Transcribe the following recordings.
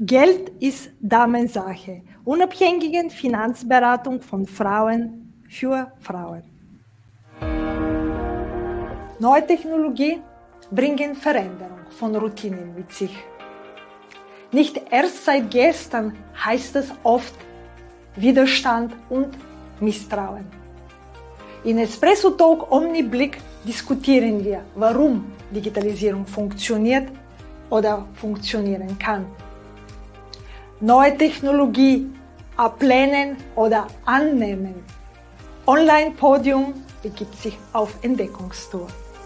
Geld ist Damensache. Unabhängige Finanzberatung von Frauen für Frauen. Neue Technologie bringen Veränderung von Routinen mit sich. Nicht erst seit gestern heißt es oft Widerstand und Misstrauen. In Espresso Talk Omniblick diskutieren wir, warum Digitalisierung funktioniert oder funktionieren kann. Neue Technologie ablehnen oder annehmen. Online-Podium begibt sich auf Entdeckungstour.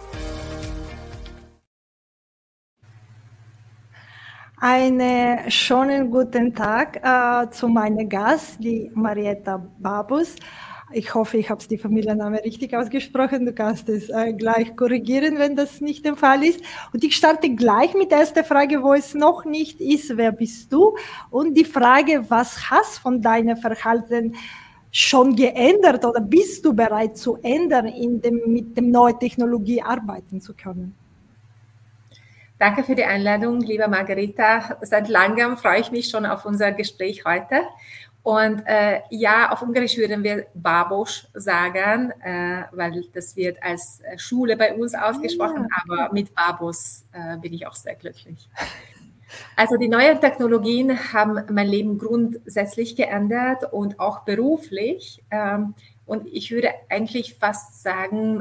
Einen schönen guten Tag zu meinem Gast, die Marietta Babus. Ich hoffe, ich habe die Familienname richtig ausgesprochen. Du kannst es gleich korrigieren, wenn das nicht der Fall ist. Und ich starte gleich mit der ersten Frage, wo es noch nicht ist. Wer bist du? Und die Frage, was hast von deinem Verhalten schon geändert oder bist du bereit zu ändern, mit der neuen Technologie arbeiten zu können? Danke für die Einladung, liebe Margarita. Seit langem freue ich mich schon auf unser Gespräch heute. Und ja, auf Ungarisch würden wir Babos sagen, weil das wird als Schule bei uns ausgesprochen, aber mit Babos bin ich auch sehr glücklich. Also die neuen Technologien haben mein Leben grundsätzlich geändert und auch beruflich. Und ich würde eigentlich fast sagen,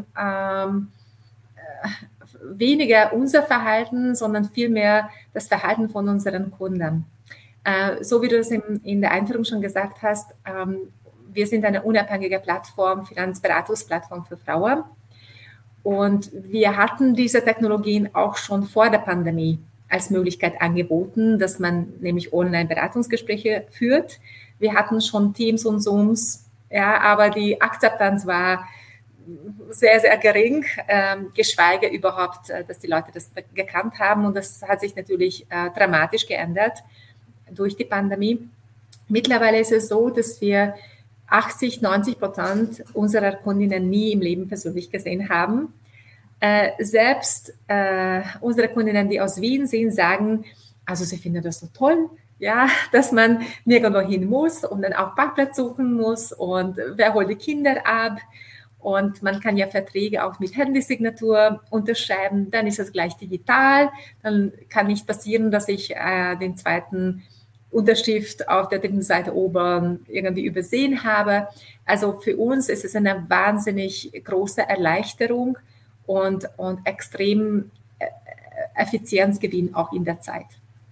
weniger unser Verhalten, sondern vielmehr das Verhalten von unseren Kunden. So wie du es in der Einführung schon gesagt hast, wir sind eine unabhängige Plattform, Finanzberatungsplattform für Frauen. Und wir hatten diese Technologien auch schon vor der Pandemie als Möglichkeit angeboten, dass man nämlich Online-Beratungsgespräche führt. Wir hatten schon Teams und Zooms, ja, aber die Akzeptanz war sehr, sehr gering, geschweige überhaupt, dass die Leute das gekannt haben. Und das hat sich natürlich dramatisch geändert durch die Pandemie. Mittlerweile ist es so, dass wir 80-90% unserer Kundinnen nie im Leben persönlich gesehen haben. Selbst unsere Kundinnen, die aus Wien sind, sagen, also sie finden das so toll, ja, dass man nirgendwo hin muss und dann auch Parkplatz suchen muss und wer holt die Kinder ab. Und man kann ja Verträge auch mit Handysignatur unterschreiben, dann ist es gleich digital, dann kann nicht passieren, dass ich den zweiten Unterschrift auf der dritten Seite oben irgendwie übersehen habe. Also für uns ist es eine wahnsinnig große Erleichterung und extrem Effizienzgewinn auch in der Zeit.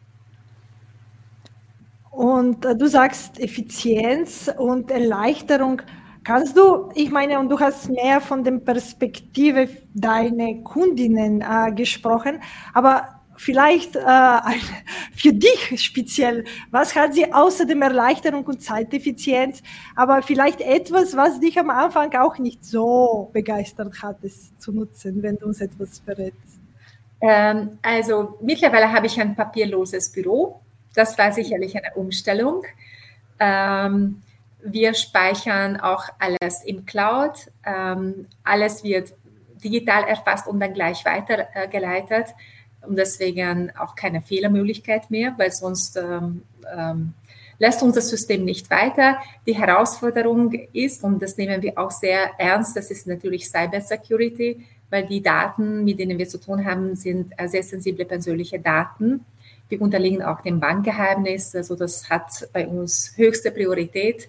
Und du sagst Effizienz und Erleichterung. Kannst du, ich meine, und du hast mehr von der Perspektive deiner Kundinnen gesprochen, aber vielleicht für dich speziell, was hat sie außer der Erleichterung und Zeiteffizienz, aber vielleicht etwas, was dich am Anfang auch nicht so begeistert hat, es zu nutzen, wenn du uns etwas verrätst? Also mittlerweile habe ich ein papierloses Büro. Das war sicherlich eine Umstellung. Wir speichern auch alles im Cloud. Alles wird digital erfasst und dann gleich weitergeleitet. Und deswegen auch keine Fehlermöglichkeit mehr, weil sonst lässt uns das System nicht weiter. Die Herausforderung ist, und das nehmen wir auch sehr ernst, das ist natürlich Cybersecurity, weil die Daten, mit denen wir zu tun haben, sind sehr sensible persönliche Daten. Die unterliegen auch dem Bankgeheimnis. Also das hat bei uns höchste Priorität.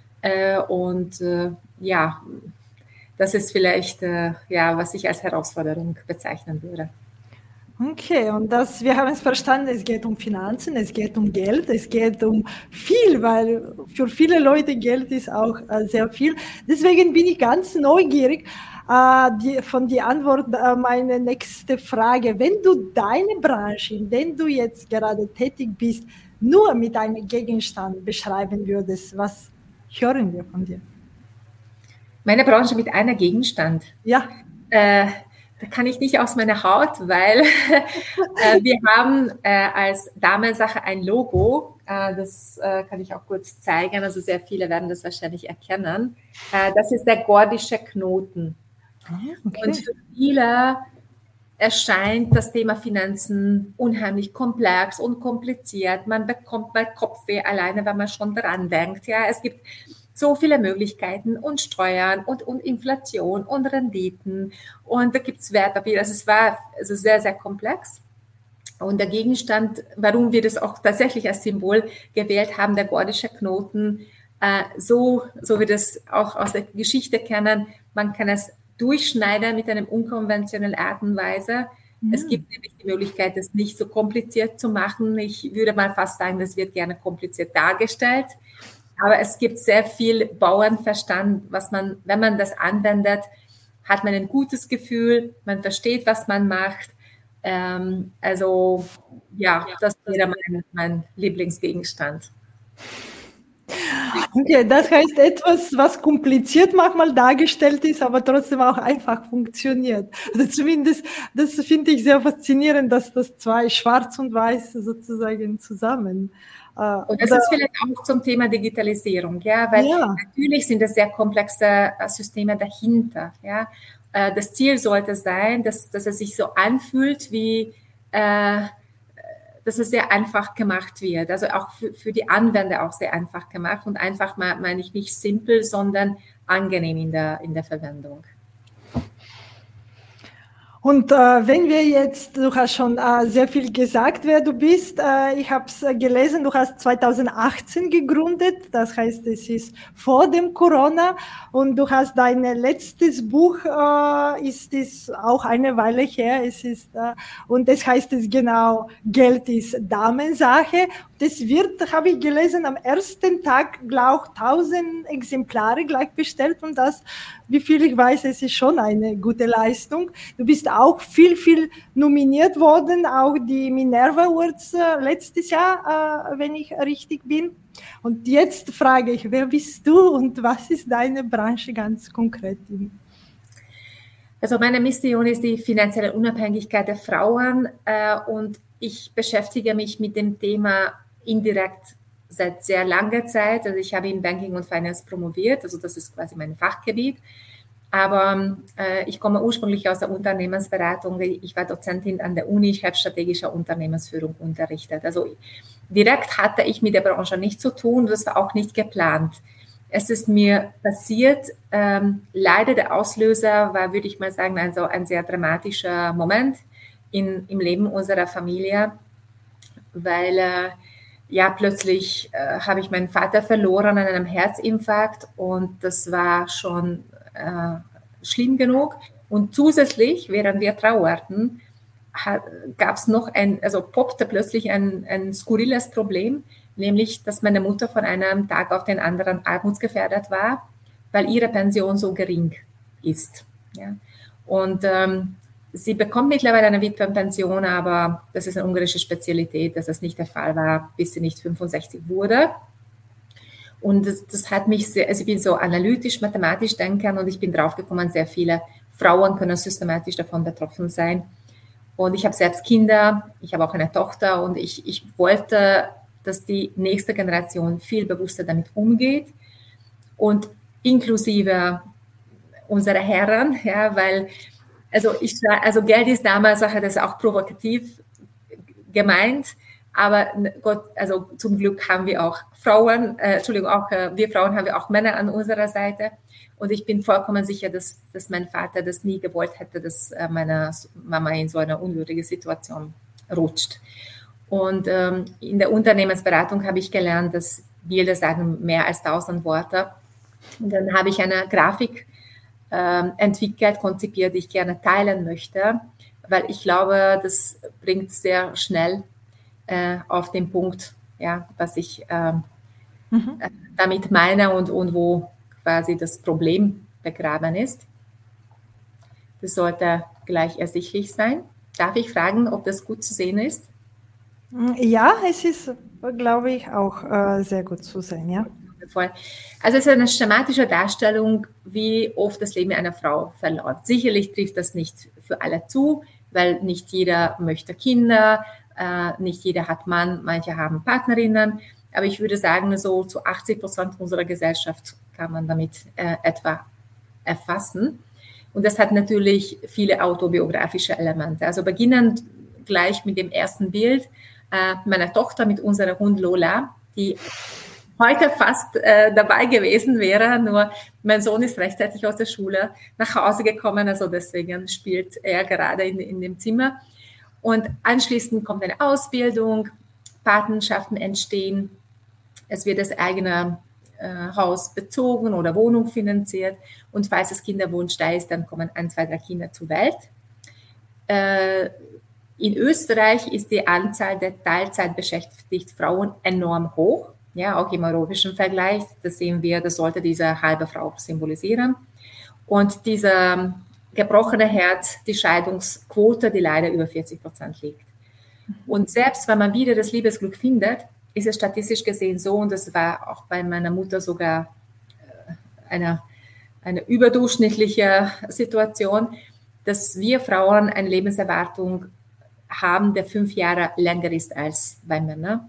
Ja, das ist vielleicht, was ich als Herausforderung bezeichnen würde. Okay, und wir haben es verstanden, es geht um Finanzen, es geht um Geld, es geht um viel, weil für viele Leute Geld ist auch sehr viel. Deswegen bin ich ganz neugierig von der Antwort meine nächste Frage. Wenn du deine Branche, in der du jetzt gerade tätig bist, nur mit einem Gegenstand beschreiben würdest, was hören wir von dir? Meine Branche mit einem Gegenstand? Ja. Da kann ich nicht aus meiner Haut, weil wir haben als Damensache ein Logo. Das kann ich auch kurz zeigen. Also sehr viele werden das wahrscheinlich erkennen. Das ist der gordische Knoten. Okay. Und für viele erscheint das Thema Finanzen unheimlich komplex und kompliziert. Man bekommt mal Kopfweh alleine, wenn man schon dran denkt. Ja, es gibt so viele Möglichkeiten und Steuern und Inflation und Renditen und da gibt es Wertpapiere. Also es war also sehr, sehr komplex. Und der Gegenstand, warum wir das auch tatsächlich als Symbol gewählt haben, der gordische Knoten, so wir das auch aus der Geschichte kennen, man kann es durchschneiden mit einer unkonventionellen Art und Weise. Es gibt nämlich die Möglichkeit, das nicht so kompliziert zu machen. Ich würde mal fast sagen, das wird gerne kompliziert dargestellt. Aber es gibt sehr viel Bauernverstand, was man, wenn man das anwendet, hat man ein gutes Gefühl, man versteht, was man macht. Also ja, das wäre mein Lieblingsgegenstand. Okay, das heißt etwas, was kompliziert manchmal dargestellt ist, aber trotzdem auch einfach funktioniert. Also zumindest, das finde ich sehr faszinierend, dass das zwei schwarz und weiß sozusagen zusammen. Und das ist vielleicht auch zum Thema Digitalisierung, ja, weil natürlich sind es sehr komplexe Systeme dahinter, ja. Das Ziel sollte sein, dass es sich so anfühlt, wie dass es sehr einfach gemacht wird. Also auch für die Anwender auch sehr einfach gemacht. Und einfach meine ich nicht simpel, sondern angenehm in der Verwendung. Und wenn wir jetzt, du hast schon sehr viel gesagt, wer du bist. Ich habe es gelesen, du hast 2018 gegründet, das heißt, es ist vor dem Corona. Und du hast dein letztes Buch, ist es auch eine Weile her, und das heißt es genau, Geld ist Damensache. Das wird, habe ich gelesen, am ersten Tag, glaube ich, 1000 Exemplare gleich bestellt und das, wie viel ich weiß, es ist schon eine gute Leistung. Du bist auch viel nominiert worden, auch die Minerva Awards letztes Jahr, wenn ich richtig bin. Und jetzt frage ich, wer bist du und was ist deine Branche ganz konkret? Also meine Mission ist die finanzielle Unabhängigkeit der Frauen und ich beschäftige mich mit dem Thema indirekt seit sehr langer Zeit. Also ich habe in Banking und Finance promoviert, also das ist quasi mein Fachgebiet. Aber ich komme ursprünglich aus der Unternehmensberatung. Ich war Dozentin an der Uni, ich habe strategische Unternehmensführung unterrichtet. Also direkt hatte ich mit der Branche nichts zu tun, das war auch nicht geplant. Es ist mir passiert, leider der Auslöser war, würde ich mal sagen, also ein sehr dramatischer Moment im Leben unserer Familie, weil plötzlich habe ich meinen Vater verloren an einem Herzinfarkt und das war schon schlimm genug. Und zusätzlich, während wir trauerten, gab es noch poppte plötzlich ein skurriles Problem, nämlich, dass meine Mutter von einem Tag auf den anderen armutsgefährdet war, weil ihre Pension so gering ist. Ja. Und sie bekommt mittlerweile eine Witwenpension, aber das ist eine ungarische Spezialität, dass das nicht der Fall war, bis sie nicht 65 wurde. Und das hat mich sehr, also ich bin so analytisch, mathematisch denken und ich bin draufgekommen, sehr viele Frauen können systematisch davon betroffen sein. Und ich habe selbst Kinder, ich habe auch eine Tochter und ich wollte, dass die nächste Generation viel bewusster damit umgeht und inklusive unserer Herren, ja, weil also Geld ist damals, das ist auch provokativ gemeint, aber Gott, also zum Glück haben wir auch Frauen, wir Frauen haben wir auch Männer an unserer Seite. Und ich bin vollkommen sicher, dass mein Vater das nie gewollt hätte, dass meine Mama in so eine unwürdige Situation rutscht. Und in der Unternehmensberatung habe ich gelernt, dass Bilder sagen mehr als 1000 Worte. Und dann habe ich eine Grafik entwickelt, konzipiert, die ich gerne teilen möchte, weil ich glaube, das bringt sehr schnell auf den Punkt, ja, was ich damit meine und wo quasi das Problem begraben ist. Das sollte gleich ersichtlich sein. Darf ich fragen, ob das gut zu sehen ist? Ja, es ist, glaube ich, auch sehr gut zu sehen, ja. Also es ist eine schematische Darstellung, wie oft das Leben einer Frau verläuft. Sicherlich trifft das nicht für alle zu, weil nicht jeder möchte Kinder, nicht jeder hat Mann, manche haben Partnerinnen. Aber ich würde sagen, so zu 80% unserer Gesellschaft kann man damit etwa erfassen. Und das hat natürlich viele autobiografische Elemente. Also beginnend gleich mit dem ersten Bild meiner Tochter mit unserer Hund Lola, die heute fast dabei gewesen wäre, nur mein Sohn ist rechtzeitig aus der Schule nach Hause gekommen, also deswegen spielt er gerade in dem Zimmer. Und anschließend kommt eine Ausbildung, Patenschaften entstehen, es wird das eigene Haus bezogen oder Wohnung finanziert und falls es Kinderwunsch da ist, dann kommen 1, 2, 3 Kinder zur Welt. In Österreich ist die Anzahl der Teilzeitbeschäftigten Frauen enorm hoch. Ja, auch im europäischen Vergleich, das sehen wir, das sollte diese halbe Frau symbolisieren. Und dieser gebrochene Herz, die Scheidungsquote, die leider über 40% liegt. Und selbst wenn man wieder das Liebesglück findet, ist es statistisch gesehen so, und das war auch bei meiner Mutter sogar eine überdurchschnittliche Situation, dass wir Frauen eine Lebenserwartung haben, der 5 Jahre länger ist als bei Männern.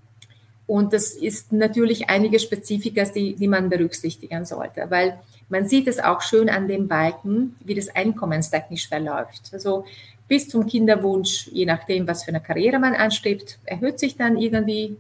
Und das ist natürlich einige Spezifika, die man berücksichtigen sollte, weil man sieht es auch schön an dem Balken, wie das einkommenstechnisch verläuft. Also bis zum Kinderwunsch, je nachdem, was für eine Karriere man anstrebt, erhöht sich dann irgendwie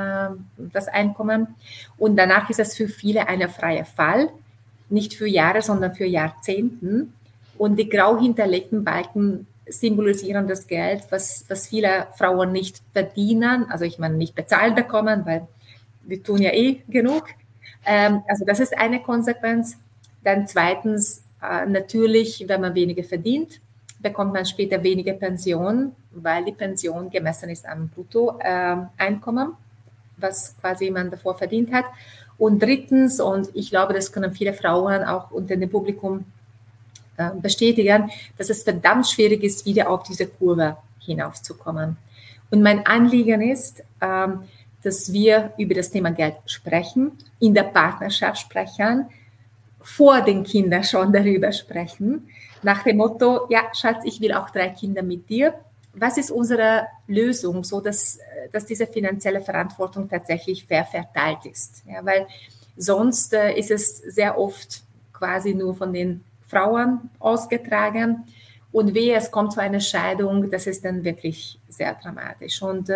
das Einkommen. Und danach ist es für viele ein freier Fall, nicht für Jahre, sondern für Jahrzehnten. Und die grau hinterlegten Balken symbolisieren das Geld, was viele Frauen nicht verdienen, also ich meine nicht bezahlt bekommen, weil wir tun ja eh genug. Also das ist eine Konsequenz. Dann zweitens, natürlich, wenn man weniger verdient, bekommt man später weniger Pension, weil die Pension gemessen ist am Bruttoeinkommen, was quasi man davor verdient hat. Und drittens, und ich glaube, das können viele Frauen auch unter dem Publikum bestätigen, dass es verdammt schwierig ist, wieder auf diese Kurve hinaufzukommen. Und mein Anliegen ist, dass wir über das Thema Geld sprechen, in der Partnerschaft sprechen, vor den Kindern schon darüber sprechen, nach dem Motto, ja, Schatz, ich will auch 3 Kinder mit dir. Was ist unsere Lösung, so dass diese finanzielle Verantwortung tatsächlich fair verteilt ist? Ja, weil sonst ist es sehr oft quasi nur von den Frauen ausgetragen und wehe, es kommt zu einer Scheidung, das ist dann wirklich sehr dramatisch. Und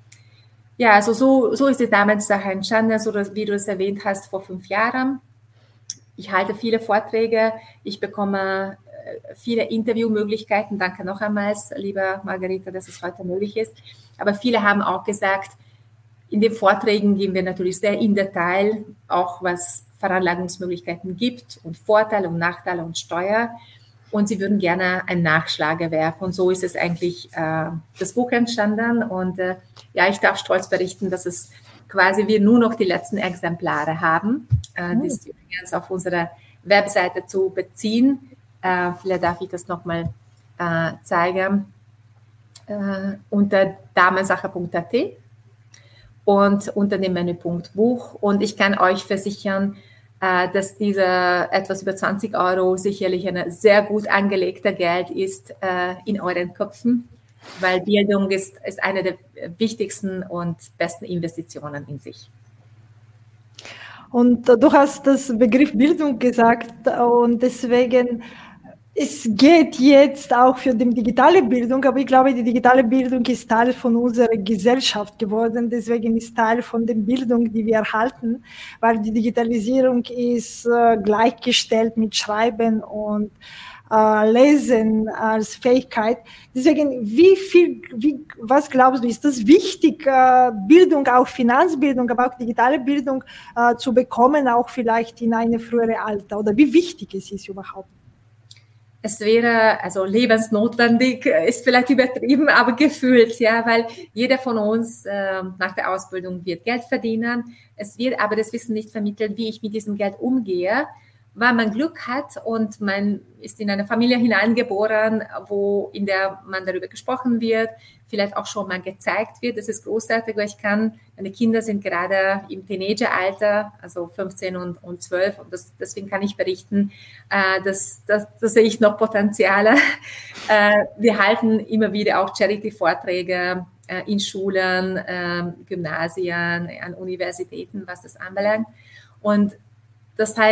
ja, also so ist die Damensache entstanden, so wie du es erwähnt hast, vor 5 Jahren. Ich halte viele Vorträge, ich bekomme viele Interviewmöglichkeiten. Danke noch einmal, liebe Margarita, dass es heute möglich ist. Aber viele haben auch gesagt, in den Vorträgen gehen wir natürlich sehr in Detail, auch was Veranlagungsmöglichkeiten gibt und Vorteile und Nachteile und Steuer. Und sie würden gerne einen Nachschlag werfen. Und so ist es eigentlich das Buch entstanden. Und ja, ich darf stolz berichten, dass es quasi wir nur noch die letzten Exemplare haben. Die ist übrigens auf unserer Webseite zu beziehen. Vielleicht darf ich das nochmal zeigen. Unter damensache.at und unter dem Menüpunkt Buch. Und ich kann euch versichern, dass dieser etwas über 20 € sicherlich ein sehr gut angelegter Geld ist in euren Köpfen, weil Bildung ist eine der wichtigsten und besten Investitionen in sich. Und du hast das Begriff Bildung gesagt und deswegen, es geht jetzt auch für die digitale Bildung, aber ich glaube, die digitale Bildung ist Teil von unserer Gesellschaft geworden, deswegen ist Teil von der Bildung, die wir erhalten, weil die Digitalisierung ist gleichgestellt mit Schreiben und Lesen als Fähigkeit. Deswegen, was glaubst du, ist das wichtig, Bildung, auch Finanzbildung, aber auch digitale Bildung zu bekommen, auch vielleicht in einem früheren Alter? Oder wie wichtig es ist überhaupt? Es wäre, also lebensnotwendig, ist vielleicht übertrieben, aber gefühlt, ja, weil jeder von uns nach der Ausbildung wird Geld verdienen. Es wird aber das Wissen nicht vermittelt, wie ich mit diesem Geld umgehe, weil man Glück hat und man ist in eine Familie hineingeboren, in der man darüber gesprochen wird, vielleicht auch schon mal gezeigt wird. Das ist großartig, weil meine Kinder sind gerade im Teenageralter, also 15 und 12, und deswegen kann ich berichten, dass sehe ich noch Potenziale. Wir halten immer wieder auch Charity-Vorträge in Schulen, Gymnasien, an Universitäten, was das anbelangt. Und das heißt,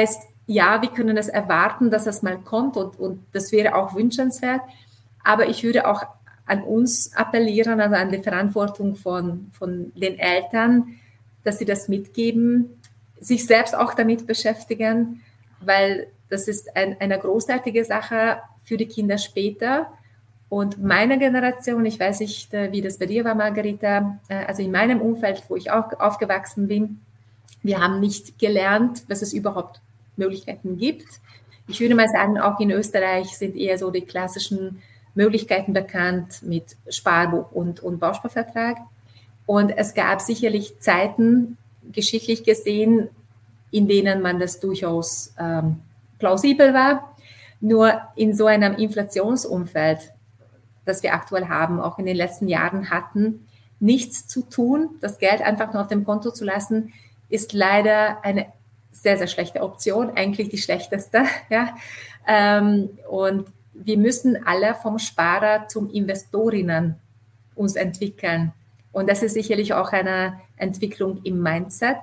ja, wir können es erwarten, dass es mal kommt und das wäre auch wünschenswert. Aber ich würde auch an uns appellieren, also an die Verantwortung von den Eltern, dass sie das mitgeben, sich selbst auch damit beschäftigen, weil das ist eine großartige Sache für die Kinder später. Und meine Generation, ich weiß nicht, wie das bei dir war, Margarita, also in meinem Umfeld, wo ich auch aufgewachsen bin, wir haben nicht gelernt, dass es überhaupt Möglichkeiten gibt. Ich würde mal sagen, auch in Österreich sind eher so die klassischen Möglichkeiten bekannt mit Sparbuch und Bausparvertrag. Und es gab sicherlich Zeiten, geschichtlich gesehen, in denen man das durchaus plausibel war. Nur in so einem Inflationsumfeld, das wir aktuell haben, auch in den letzten Jahren hatten, nichts zu tun, das Geld einfach nur auf dem Konto zu lassen, ist leider eine sehr, sehr schlechte Option, eigentlich die schlechteste. Ja? Und wir müssen alle vom Sparer zum Investorinnen uns entwickeln. Und das ist sicherlich auch eine Entwicklung im Mindset.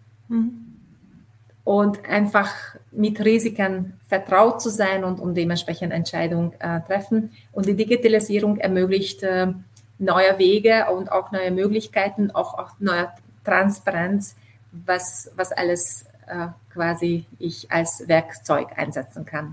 Und einfach mit Risiken vertraut zu sein und dementsprechend Entscheidungen treffen. Und die Digitalisierung ermöglicht neue Wege und auch neue Möglichkeiten, auch neue Transparenz, was alles quasi ich als Werkzeug einsetzen kann.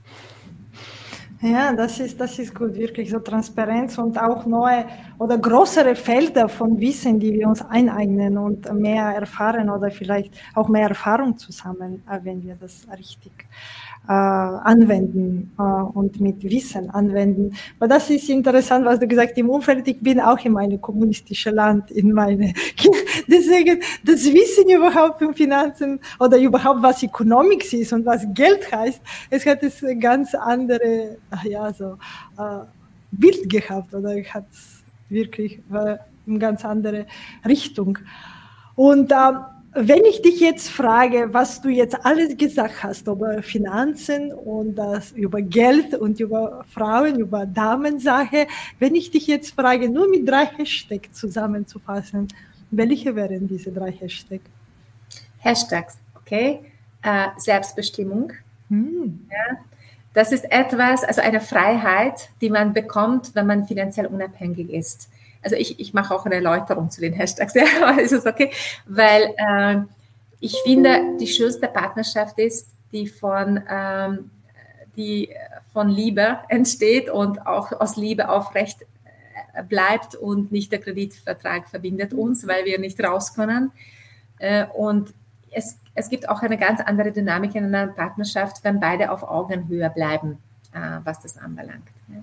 Ja, das ist gut, wirklich so Transparenz und auch neue oder größere Felder von Wissen, die wir uns eineignen und mehr erfahren oder vielleicht auch mehr Erfahrung zusammen, wenn wir das richtig anwenden und mit Wissen anwenden. Aber das ist interessant, was du gesagt hast, im Umfeld, ich bin auch in meinem kommunistischen Land, deswegen das Wissen überhaupt von Finanzen oder überhaupt was Economics ist und was Geld heißt, es hat es ganz andere, Bild gehabt oder hat es wirklich in ganz andere Richtung. Und wenn ich dich jetzt frage, was du jetzt alles gesagt hast über Finanzen und über Geld und über Frauen, über Damensache, wenn ich dich jetzt frage, nur mit 3 Hashtags zusammenzufassen, welche wären diese 3 Hashtags? Hashtags, okay. Selbstbestimmung. Ja. Das ist etwas, also eine Freiheit, die man bekommt, wenn man finanziell unabhängig ist. Also ich mache auch eine Erläuterung zu den Hashtags, ja, ist es okay? Weil ich finde, die schönste Partnerschaft ist, die von Liebe entsteht und auch aus Liebe aufrecht bleibt und nicht der Kreditvertrag verbindet uns, weil wir nicht raus können. Und es gibt auch eine ganz andere Dynamik in einer Partnerschaft, wenn beide auf Augenhöhe bleiben, was das anbelangt.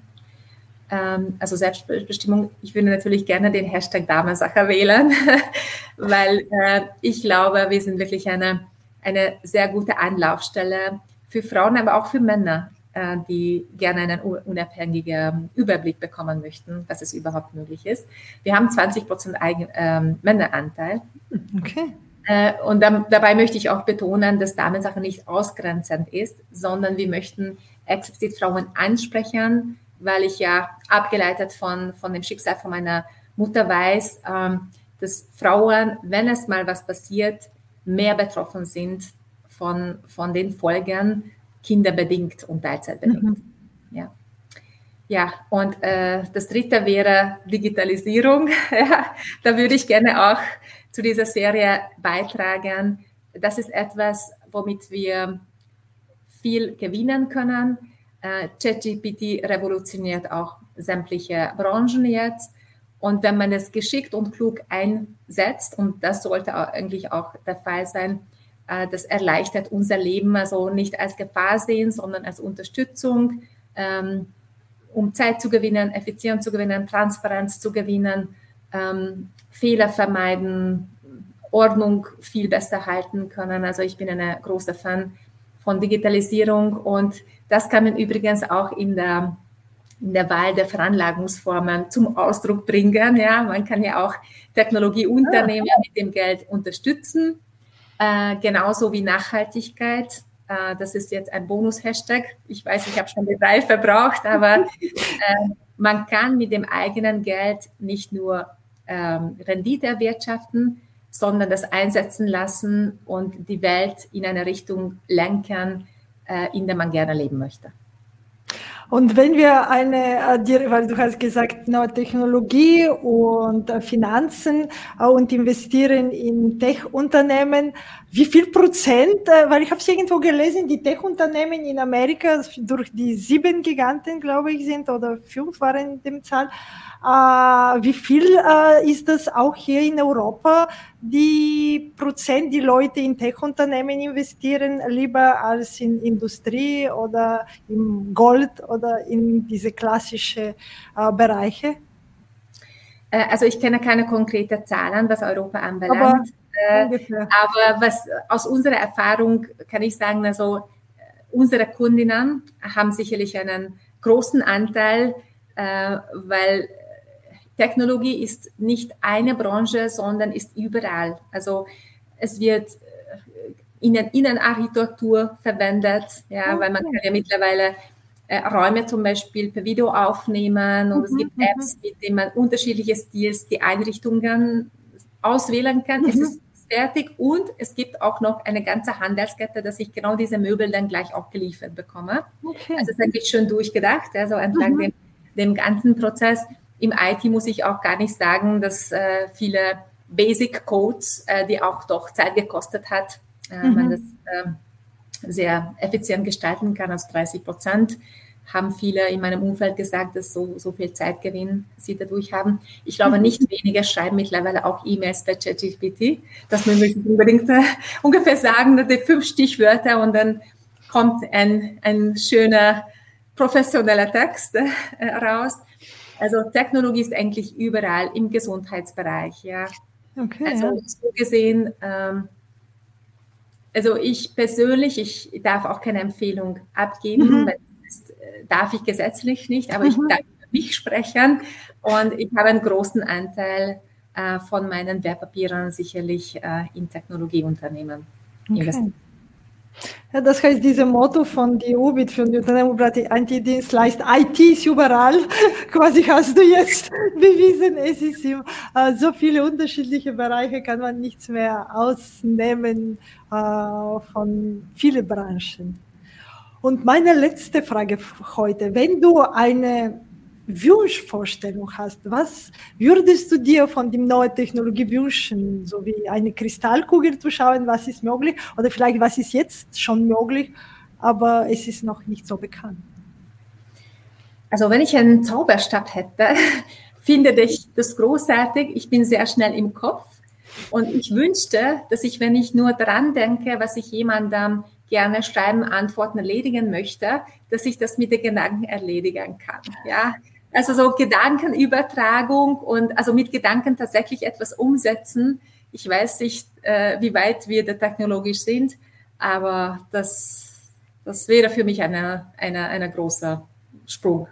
Also Selbstbestimmung, ich würde natürlich gerne den Hashtag Damensache wählen, weil ich glaube, wir sind wirklich eine sehr gute Anlaufstelle für Frauen, aber auch für Männer, die gerne einen unabhängigen Überblick bekommen möchten, was es überhaupt möglich ist. Wir haben 20% Männeranteil. Okay. Und dabei möchte ich auch betonen, dass Damensache nicht ausgrenzend ist, sondern wir möchten explizit Frauen ansprechen, weil ich ja abgeleitet von dem Schicksal von meiner Mutter weiß, dass Frauen, wenn es mal was passiert, mehr betroffen sind von den Folgen, kinderbedingt und teilzeitbedingt. Ja, und das dritte wäre Digitalisierung. Ja, da würde ich gerne auch zu dieser Serie beitragen. Das ist etwas, womit wir viel gewinnen können. ChatGPT revolutioniert auch sämtliche Branchen jetzt. Und wenn man es geschickt und klug einsetzt, und das sollte eigentlich auch der Fall sein, das erleichtert unser Leben, also nicht als Gefahr sehen, sondern als Unterstützung, um Zeit zu gewinnen, Effizienz zu gewinnen, Transparenz zu gewinnen, Fehler vermeiden, Ordnung viel besser halten können. Also ich bin eine große Fan von Digitalisierung und das kann man übrigens auch in der Wahl der Veranlagungsformen zum Ausdruck bringen. Ja, man kann ja auch Technologieunternehmen mit dem Geld unterstützen, genauso wie Nachhaltigkeit. Das ist jetzt ein Bonus-Hashtag. Ich weiß, ich habe schon die 3 verbraucht, aber man kann mit dem eigenen Geld nicht nur Rendite erwirtschaften, sondern das einsetzen lassen und die Welt in eine Richtung lenken, in der man gerne leben möchte. Und wenn wir weil du hast gesagt, neue Technologie und Finanzen und investieren in Tech-Unternehmen, wie viel Prozent, weil ich habe es irgendwo gelesen, die Tech-Unternehmen in Amerika durch die 7 Giganten, glaube ich, sind oder 5 waren in dem Zahl. Wie viel ist das auch hier in Europa, die Leute in Tech-Unternehmen investieren, lieber als in Industrie oder in Gold oder in diese klassischen Bereiche? Also ich kenne keine konkreten Zahlen, was Europa anbelangt. Aber aus unserer Erfahrung kann ich sagen, also unsere Kundinnen haben sicherlich einen großen Anteil, weil Technologie ist nicht eine Branche, sondern ist überall. Also es wird in der Innenarchitektur verwendet, ja, weil man kann ja mittlerweile Räume zum Beispiel per Video aufnehmen und es gibt Apps, mit denen man unterschiedliche Stils, die Einrichtungen auswählen kann. Es ist fertig und es gibt auch noch eine ganze Handelskette, dass ich genau diese Möbel dann gleich auch geliefert bekomme. Okay. Also es ist eigentlich schön durchgedacht, also entlang dem ganzen Prozess. Im IT muss ich auch gar nicht sagen, dass viele Basic Codes, die auch doch Zeit gekostet hat, man das sehr effizient gestalten kann. Also 30% haben viele in meinem Umfeld gesagt, dass so viel Zeitgewinn sie dadurch haben. Ich glaube, nicht wenige schreiben mittlerweile auch E-Mails bei ChatGPT. Das muss ich unbedingt ungefähr sagen, die 5 Stichwörter und dann kommt ein schöner professioneller Text raus. Also Technologie ist eigentlich überall im Gesundheitsbereich, ja. Okay, also so gesehen, also ich persönlich, ich darf auch keine Empfehlung abgeben, weil das darf ich gesetzlich nicht, aber ich darf für mich sprechen und ich habe einen großen Anteil von meinen Wertpapieren sicherlich in Technologieunternehmen investiert. Ja, das heißt, dieses Motto von der UBIT, von der Unternehmung IT-Dienstleister, IT ist überall, quasi hast du jetzt bewiesen, es ist so viele unterschiedliche Bereiche, kann man nichts mehr ausnehmen von vielen Branchen. Und meine letzte Frage heute, wenn du eine Wunschvorstellung hast, was würdest du dir von der neuen Technologie wünschen, so wie eine Kristallkugel zu schauen, was ist möglich oder vielleicht was ist jetzt schon möglich, aber es ist noch nicht so bekannt? Also wenn ich einen Zauberstab hätte, finde ich das großartig. Ich bin sehr schnell im Kopf und ich wünschte, dass ich, wenn ich nur daran denke, was ich jemandem gerne schreiben, antworten, erledigen möchte, dass ich das mit den Gedanken erledigen kann. Ja, also so Gedankenübertragung und also mit Gedanken tatsächlich etwas umsetzen. Ich weiß nicht, wie weit wir da technologisch sind, aber das wäre für mich ein großer Sprung.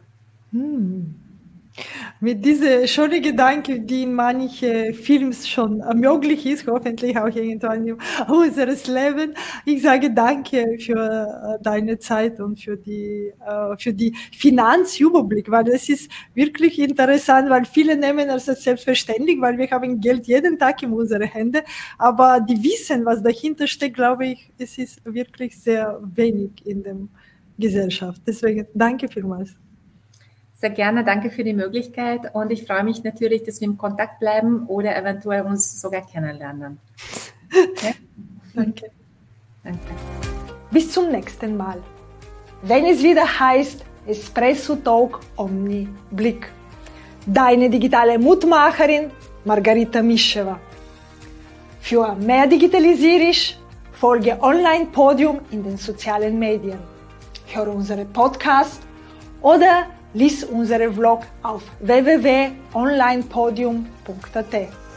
Mit diesen schönen Gedanken, die in manchen Filmen schon möglich ist, hoffentlich auch irgendwann in unseres Leben. Ich sage danke für deine Zeit und für die Finanzüberblick, weil das ist wirklich interessant, weil viele nehmen das als selbstverständlich, weil wir haben Geld jeden Tag in unseren Händen, aber die wissen, was dahinter steckt, glaube ich, es ist wirklich sehr wenig in der Gesellschaft. Deswegen danke vielmals. Sehr gerne, danke für die Möglichkeit und ich freue mich natürlich, dass wir im Kontakt bleiben oder eventuell uns sogar kennenlernen. Ja? Danke. Danke. Bis zum nächsten Mal. Wenn es wieder heißt Espresso Talk Omni Blick. Deine digitale Mutmacherin Margarita Mischewa. Für mehr Digitalisierung folge Online Podium in den sozialen Medien. Höre unsere Podcast oder lies unseren Vlog auf www.onlinepodium.at.